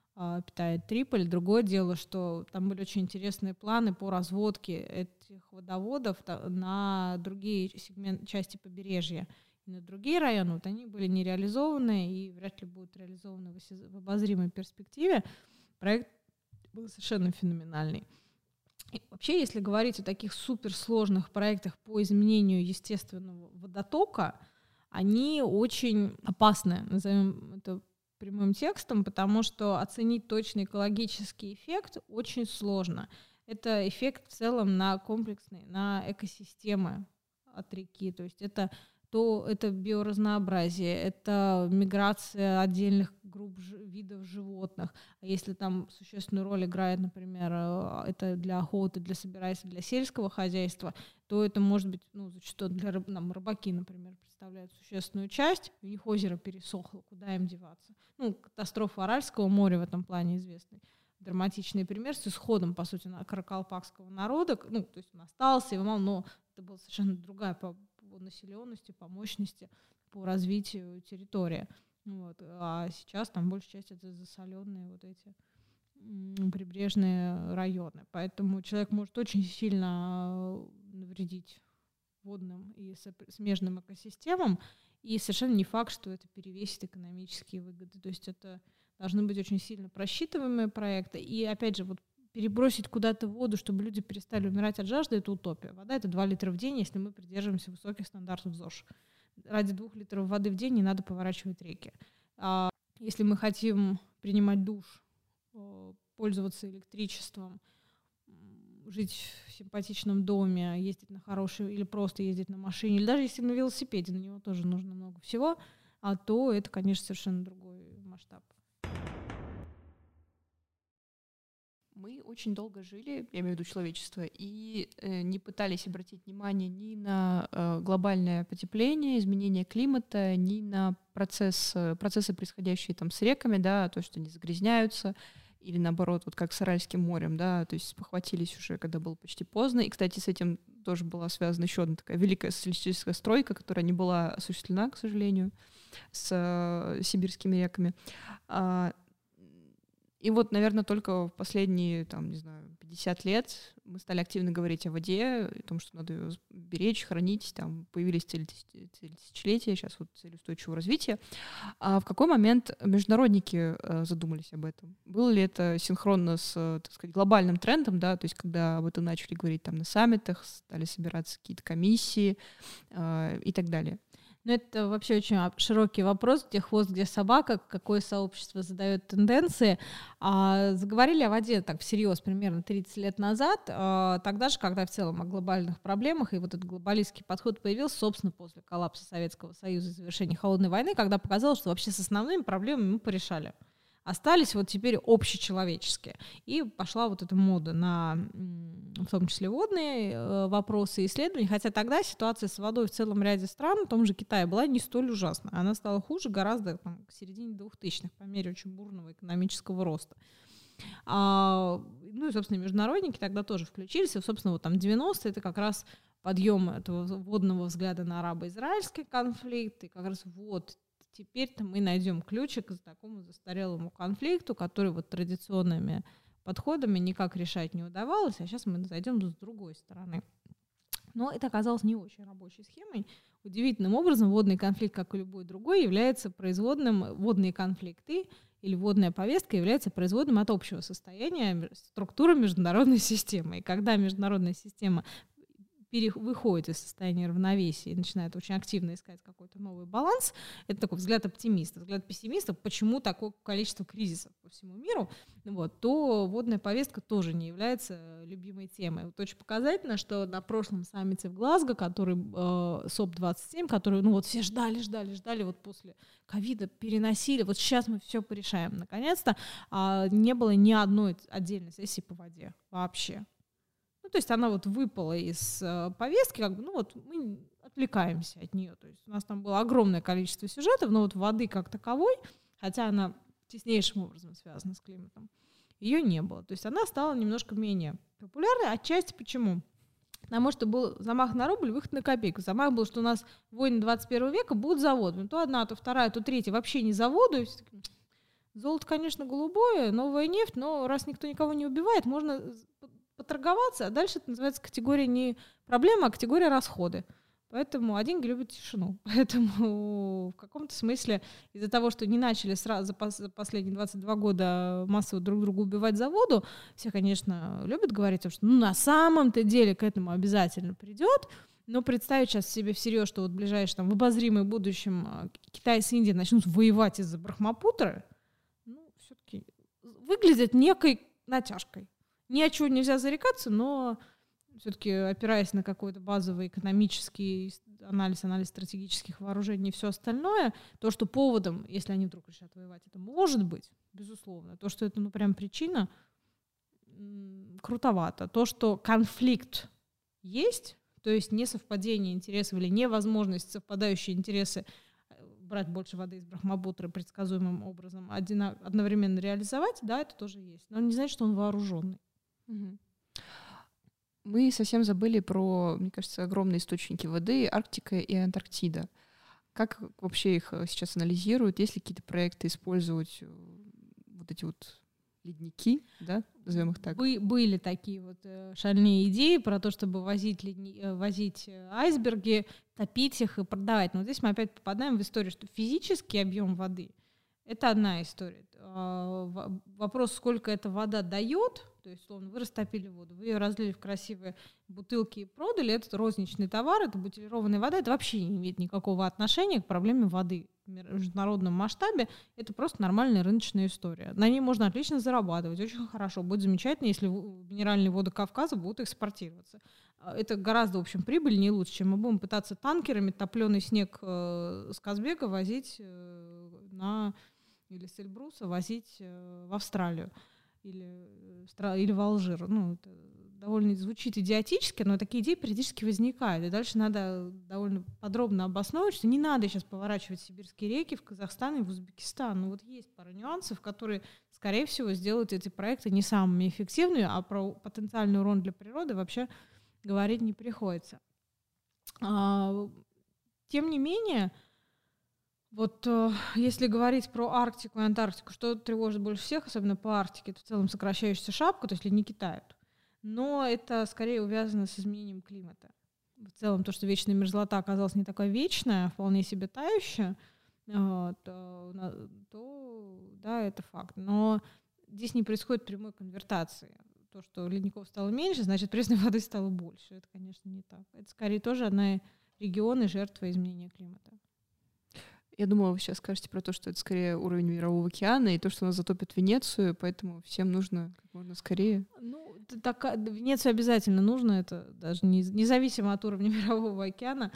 питает Триполи. Другое дело, что там были очень интересные планы по разводке этих водоводов на другие части побережья. И на другие районы вот они были не реализованы и вряд ли будут реализованы в обозримой перспективе. Проект был совершенно феноменальный. И вообще, если говорить о таких суперсложных проектах по изменению естественного водотока, они очень опасны, назовем это прямым текстом, потому что оценить точный экологический эффект очень сложно. Это эффект в целом на комплексный, на экосистемы от реки. То есть это биоразнообразие, это миграция отдельных групп видов животных. А если там существенную роль играет, например, это для охоты, для собирательства, для сельского хозяйства, то это может быть, зачастую для рыбаки, например, представляют существенную часть. У них озеро пересохло, куда им деваться? Катастрофа Аральского моря в этом плане известный. Драматичный пример с исходом, по сути, каракалпакского народа. То есть он остался, но это была совершенно другая по населенности, по мощности, по развитию территории. А сейчас там большая часть это засоленные вот эти прибрежные районы. Поэтому человек может очень сильно навредить водным и смежным экосистемам, и совершенно не факт, что это перевесит экономические выгоды. То есть это должны быть очень сильно просчитываемые проекты. И опять же, перебросить куда-то воду, чтобы люди перестали умирать от жажды, это утопия. Вода — это 2 литра в день, если мы придерживаемся высоких стандартов ЗОЖ. Ради 2 литров воды в день не надо поворачивать реки. А если мы хотим принимать душ, пользоваться электричеством, жить в симпатичном доме, ездить на хорошей или просто ездить на машине, или даже если на велосипеде, на него тоже нужно много всего, то это, конечно, совершенно другой масштаб. Мы очень долго жили, я имею в виду человечество, и не пытались обратить внимание ни на глобальное потепление, изменение климата, ни на процессы, происходящие там с реками, да, то, что они загрязняются, или наоборот, вот как с Аральским морем, да, то есть спохватились уже, когда было почти поздно. И, кстати, с этим тоже была связана еще одна такая великая социалистическая стройка, которая не была осуществлена, к сожалению, с сибирскими реками. И наверное, только в последние, 50 лет мы стали активно говорить о воде, о том, что надо ее беречь, хранить, появились цели тысячелетия, сейчас цель устойчивого развития. А в какой момент международники задумались об этом? Было ли это синхронно с, так сказать, глобальным трендом, да, то есть когда об этом начали говорить на саммитах, стали собираться какие-то комиссии и так далее? Это вообще очень широкий вопрос, где хвост, где собака, какое сообщество задает тенденции. Заговорили о воде так всерьез примерно 30 лет назад, тогда же, когда в целом о глобальных проблемах, и этот глобалистский подход появился, собственно, после коллапса Советского Союза и завершения Холодной войны, когда показалось, что вообще с основными проблемами мы порешали. Остались теперь общечеловеческие. И пошла эта мода на, в том числе, водные вопросы и исследования. Хотя тогда ситуация с водой в целом ряде стран, в том же Китае, была не столь ужасна. Она стала хуже гораздо к середине 2000-х, по мере очень бурного экономического роста. И, собственно, международники тогда тоже включились. И, собственно, 90-е — это как раз подъем этого водного взгляда на арабо-израильский конфликт. И как раз теперь-то мы найдем ключик к такому застарелому конфликту, который традиционными подходами никак решать не удавалось, а сейчас мы зайдем с другой стороны. Но это оказалось не очень рабочей схемой. Удивительным образом водный конфликт, как и любой другой, является производным, водные конфликты или водная повестка является производным от общего состояния структуры международной системы. И когда международная система выходит из состояния равновесия и начинает очень активно искать какой-то новый баланс, это такой взгляд оптимиста. Взгляд пессимиста, почему такое количество кризисов по всему миру, то водная повестка тоже не является любимой темой. Очень показательно, что на прошлом саммите в Глазго, который СОП-27, который все ждали, после ковида переносили, сейчас мы все порешаем. Наконец-то не было ни одной отдельной сессии по воде вообще. То есть она выпала из повестки, мы отвлекаемся от нее. То есть у нас там было огромное количество сюжетов, но воды как таковой, хотя она теснейшим образом связана с климатом, ее не было. То есть она стала немножко менее популярной. Отчасти почему? Потому что был замах на рубль, выход на копейку. Замах был, что у нас войны 21 века будут заводами. То одна, то вторая, то третья вообще не заводу. И все таки, Золото, конечно, голубое, новая нефть, но раз никто никого не убивает, можно поторговаться, а дальше это называется категория не проблема, а категория расходы. Поэтому деньги любят тишину. Поэтому в каком-то смысле из-за того, что не начали сразу за последние 22 года массово друг друга убивать за воду, все, конечно, любят говорить, что на самом-то деле к этому обязательно придет, но представить сейчас себе всерьез, что вот в ближайшем, там, в обозримом будущем Китай с Индией начнут воевать из-за Брахмапутры, все-таки выглядит некой натяжкой. Ни о чем нельзя зарекаться, но все-таки опираясь на какой-то базовый экономический анализ стратегических вооружений и все остальное, то, что поводом, если они вдруг решат воевать, это может быть, безусловно. То, что это, прям причина, крутовато. То, что конфликт есть, то есть несовпадение интересов или невозможность совпадающие интересы брать больше воды из Брахмапутры предсказуемым образом одновременно реализовать, да, это тоже есть. Но не значит, что он вооруженный. Угу. Мы совсем забыли про, мне кажется, огромные источники воды, Арктика и Антарктида. Как вообще их сейчас анализируют? Есть ли какие-то проекты использовать вот эти вот ледники, да, назовем их так? Были такие вот шальные идеи про то, чтобы возить айсберги, топить их и продавать. Но вот здесь мы опять попадаем в историю, что физический объем воды — это одна история. Вопрос, сколько эта вода дает, то есть, условно, вы растопили воду, вы ее разлили в красивые бутылки и продали, это розничный товар, это бутилированная вода, это вообще не имеет никакого отношения к проблеме воды в международном масштабе, это просто нормальная рыночная история. На ней можно отлично зарабатывать, очень хорошо, будет замечательно, если минеральные воды Кавказа будут экспортироваться. Это гораздо, в общем, прибыльнее и лучше, чем мы будем пытаться танкерами топленый снег с Казбека возить или с Эльбруса возить в Австралию или в Алжир. Это довольно звучит идиотически, но такие идеи периодически возникают. И дальше надо довольно подробно обосновывать, что не надо сейчас поворачивать сибирские реки в Казахстан и в Узбекистан. Вот есть пара нюансов, которые, скорее всего, сделают эти проекты не самыми эффективными, а про потенциальный урон для природы вообще говорить не приходится. Тем не менее, вот если говорить про Арктику и Антарктику, что тревожит больше всех, особенно по Арктике, это в целом сокращающаяся шапка, то есть ледники тают. Но это скорее увязано с изменением климата. В целом то, что вечная мерзлота оказалась не такая вечная, а вполне себе тающая, то да, это факт. Но здесь не происходит прямой конвертации. То, что ледников стало меньше, значит, пресной воды стало больше. Это, конечно, не так. Это скорее тоже одна регион и жертва изменения климата. Я думала, вы сейчас скажете про то, что это скорее уровень Мирового океана и то, что нас затопит Венецию, поэтому всем нужно как можно скорее. Венецию обязательно нужно, это даже независимо от уровня Мирового океана,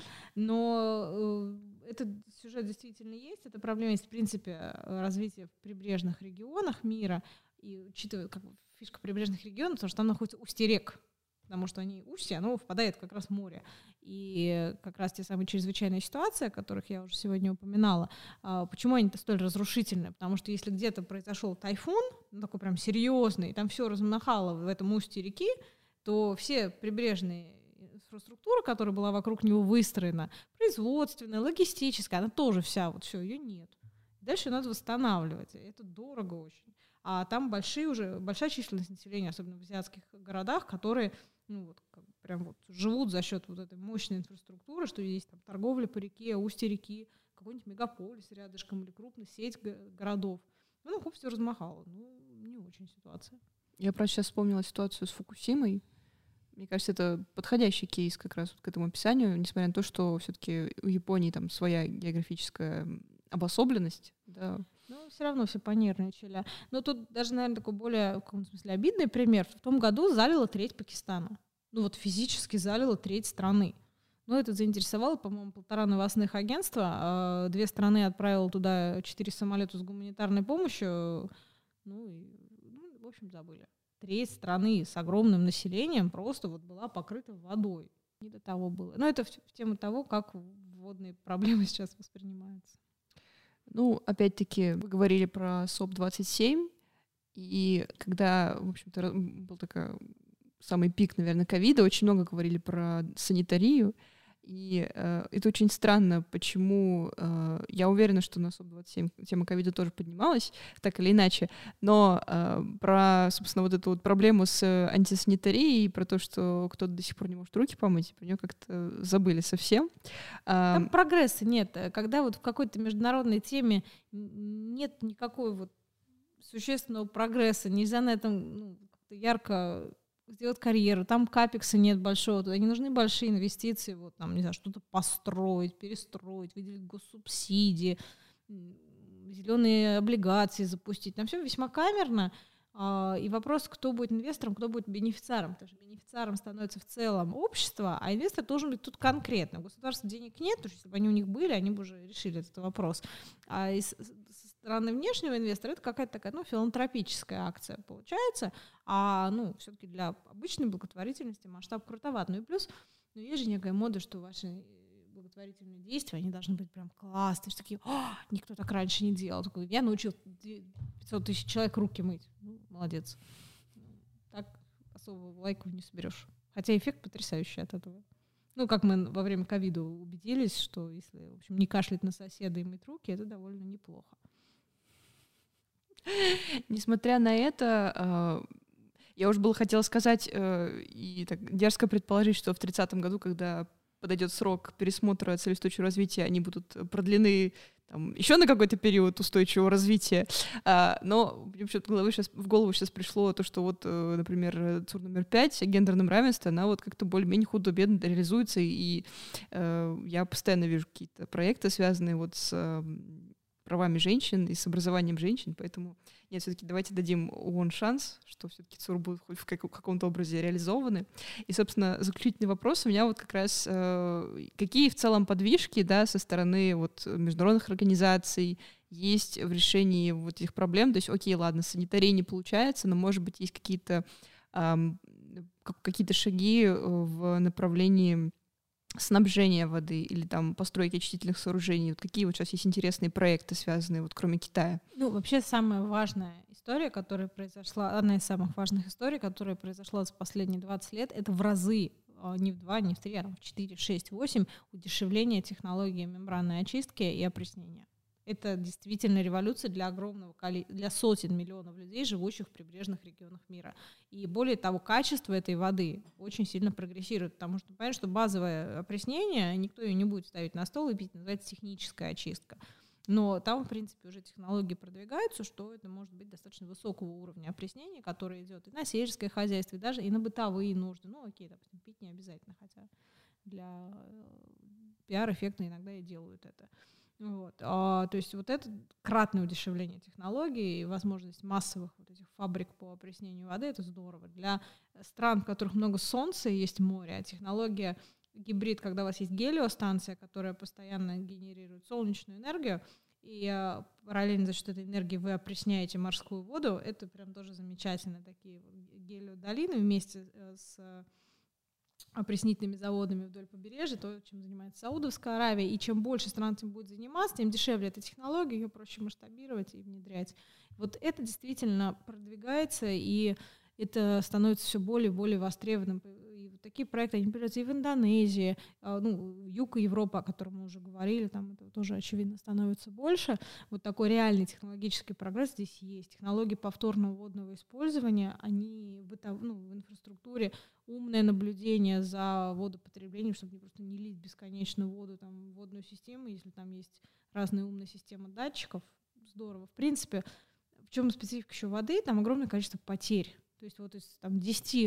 но этот сюжет действительно есть, эта проблема есть в принципе развития в прибрежных регионах мира, и учитывая фишка прибрежных регионов, потому что там находится устье рек, потому что устье, оно впадает как раз в море. И как раз те самые чрезвычайные ситуации, о которых я уже сегодня упоминала, почему они столь разрушительны? Потому что если где-то произошел тайфун, такой прям серьезный, и там все размахало в этом устье реки, то все прибрежные инфраструктура, которая была вокруг него выстроена, производственная, логистическая, она тоже вся, вот все, ее нет. Дальше надо восстанавливать, и это дорого очень. А там большая численность населения, особенно в азиатских городах, которые живут за счет вот этой мощной инфраструктуры, что есть там торговля по реке, устье реки, какой-нибудь мегаполис рядышком или крупная сеть городов. Все размахало. Не очень ситуация. Я просто сейчас вспомнила ситуацию с Фукусимой. Мне кажется, это подходящий кейс как раз к этому описанию, несмотря на то, что все-таки у Японии там своя географическая обособленность, да. Все равно все понервничали. Но тут даже, наверное, такой более, в каком-то смысле, обидный пример. В том году залило треть Пакистана. Физически залило треть страны. Это заинтересовало, по-моему, 1,5 новостных агентства. 2 страны отправило туда 4 самолета с гуманитарной помощью. В общем, забыли. Треть страны с огромным населением просто была покрыта водой. Не до того было. Но это в тему того, как водные проблемы сейчас воспринимаются. Опять-таки, вы говорили про СОП-27, и когда, в общем-то, был такой самый пик, наверное, ковида, очень много говорили про санитарию, И это очень странно, почему я уверена, что на СОП-27 тема ковида тоже поднималась, так или иначе, но про, собственно, вот эту вот проблему с антисанитарией, про то, что кто-то до сих пор не может руки помыть, про нее как-то забыли совсем. Там прогресса нет. Когда вот в какой-то международной теме нет никакой вот существенного прогресса, нельзя на этом как-то ярко сделать карьеру, там капекса нет большого, туда не нужны большие инвестиции, вот там, не знаю, что-то построить, перестроить, выделить госсубсидии, зеленые облигации запустить. Там все весьма камерно, и вопрос, кто будет инвестором, кто будет бенефициаром, потому что бенефициаром становится в целом общество, а инвестор должен быть тут конкретно. У государства денег нет, потому что если бы они у них были, они бы уже решили этот вопрос. А со стороны внешнего инвестора это какая-то такая, филантропическая акция получается, а, все-таки для обычной благотворительности масштаб крутоват. Ну и плюс, есть же некая мода, что ваши благотворительные действия, они должны быть прям классные, что такие, никто так раньше не делал. Такой, я научил 500 тысяч человек руки мыть. Молодец. Так особо лайков не соберешь. Хотя эффект потрясающий от этого. Как мы во время ковида убедились, что если, в общем, не кашлять на соседа и мыть руки, это довольно неплохо. Несмотря на это, я уже было хотела сказать и так дерзко предположить, что в 30-м году, когда подойдет срок пересмотра целеустойчивого развития, они будут продлены еще на какой-то период устойчивого развития. Но в голову сейчас пришло то, что вот, например, ЦУР номер 5 о гендерном равенстве, она вот как-то более-менее худо-бедно реализуется, и я постоянно вижу какие-то проекты, связанные вот с правами женщин и с образованием женщин, поэтому нет, все-таки давайте дадим ООН шанс, что все-таки ЦУР будут хоть в каком-то образе реализованы. И, собственно, заключительный вопрос у меня вот как раз, какие в целом подвижки, да, со стороны вот международных организаций есть в решении вот этих проблем, то есть, окей, ладно, санитарии не получается, но, может быть, есть какие-то шаги в направлении снабжения воды или постройки очистительных сооружений? Вот какие вот сейчас есть интересные проекты, связанные вот кроме Китая? Вообще самая важная история, которая произошла, одна из самых важных историй, которая произошла за последние 20 лет, это в разы, не в 2, не в 3, а в 4, 6, 8 удешевление технологии мембранной очистки и опреснения. Это действительно революция для сотен миллионов людей, живущих в прибрежных регионах мира. И более того, качество этой воды очень сильно прогрессирует, потому что, понятно, что базовое опреснение, никто ее не будет ставить на стол и пить, называется техническая очистка. Но там, в принципе, уже технологии продвигаются, что это может быть достаточно высокого уровня опреснения, который идет и на сельское хозяйство, и даже и на бытовые нужды. Окей, допустим, пить не обязательно, хотя для пиар-эффекта иногда и делают это. То есть вот это кратное удешевление технологий и возможность массовых вот этих фабрик по опреснению воды, это здорово. Для стран, в которых много солнца и есть море, технология гибрид, когда у вас есть гелиостанция, которая постоянно генерирует солнечную энергию, и параллельно за счет этой энергии вы опресняете морскую воду, это прям тоже замечательно. Такие вот гелиодолины вместе с опреснительными заводами вдоль побережья, то, чем занимается Саудовская Аравия. И чем больше стран этим будет заниматься, тем дешевле эта технология, ее проще масштабировать и внедрять. Вот это действительно продвигается, и это становится все более и более востребованным. И вот такие проекты, они появляются и в Индонезии, Юг Европы, о котором мы уже говорили, там это тоже, очевидно, становится больше. Вот такой реальный технологический прогресс здесь есть. Технологии повторного водного использования, они в инфраструктуре, умное наблюдение за водопотреблением, чтобы просто не лить бесконечно воду в водную систему, если там есть разные умные системы датчиков, здорово. В принципе, в чем специфика еще воды, там огромное количество потерь. То есть вот из 10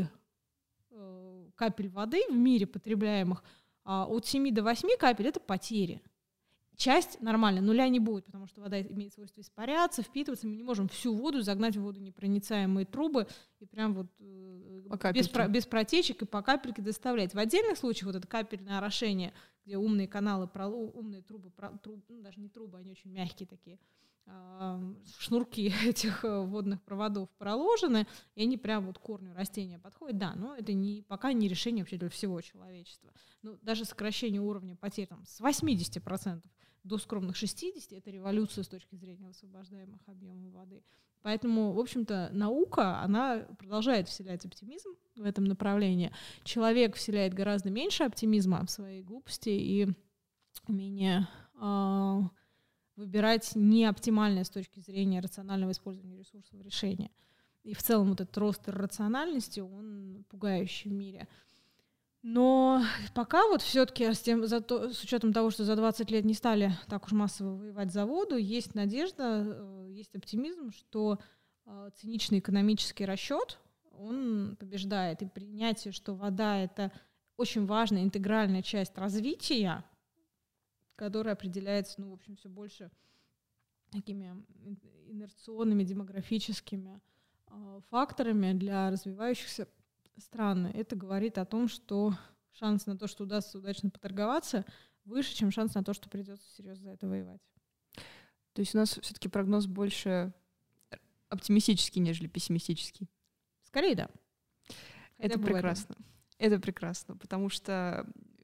капель воды в мире потребляемых, от 7 до 8 капель — это потери. Часть нормально, нуля не будет, потому что вода имеет свойство испаряться, впитываться. Мы не можем всю воду загнать в водонепроницаемые трубы и прям вот без протечек и по капельке доставлять. В отдельных случаях вот это капельное орошение, где умные каналы, умные трубы, даже не трубы, они очень мягкие такие, шнурки этих водных проводов проложены, и они прямо вот к корню растения подходят. Да, но это пока не решение вообще для всего человечества. Ну, даже сокращение уровня потерь там, с 80% до скромных 60% это революция с точки зрения высвобождаемых объемов воды. Поэтому, в общем-то, наука, она продолжает вселять оптимизм в этом направлении. Человек вселяет гораздо меньше оптимизма в своей глупости и умение выбирать неоптимальное с точки зрения рационального использования ресурсов решения. И в целом вот этот рост иррациональности, он пугающий в мире. Но пока вот все-таки с учетом того, что за 20 лет не стали так уж массово воевать за воду, есть надежда, есть оптимизм, что циничный экономический расчет, он побеждает. И принятие, что вода — это очень важная интегральная часть развития, которая определяется, в общем, все больше такими инерционными демографическими факторами для развивающихся стран. Это говорит о том, что шанс на то, что удастся удачно поторговаться, выше, чем шанс на то, что придется серьезно за это воевать. То есть у нас все-таки прогноз больше оптимистический, нежели пессимистический? Скорее, да. Это прекрасно. Это прекрасно, потому что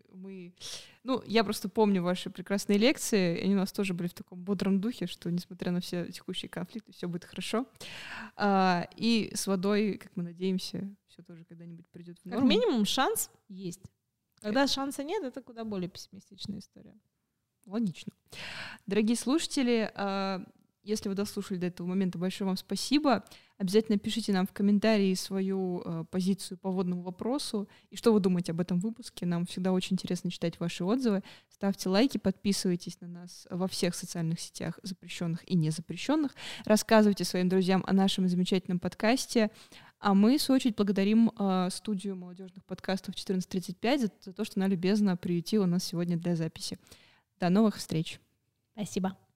я просто помню ваши прекрасные лекции, и они у нас тоже были в таком бодром духе, что, несмотря на все текущие конфликты, все будет хорошо. И с водой, как мы надеемся, все тоже когда-нибудь придет в норму. Как минимум шанс есть. Когда шанса нет, это куда более пессимистичная история. Логично. Дорогие слушатели, если вы дослушали до этого момента, большое вам спасибо. Обязательно пишите нам в комментарии свою позицию по водному вопросу и что вы думаете об этом выпуске. Нам всегда очень интересно читать ваши отзывы. Ставьте лайки, подписывайтесь на нас во всех социальных сетях, запрещенных и незапрещенных. Рассказывайте своим друзьям о нашем замечательном подкасте. А мы, в свою очередь, благодарим студию молодежных подкастов 1435 за то, что она любезно приютила нас сегодня для записи. До новых встреч. Спасибо.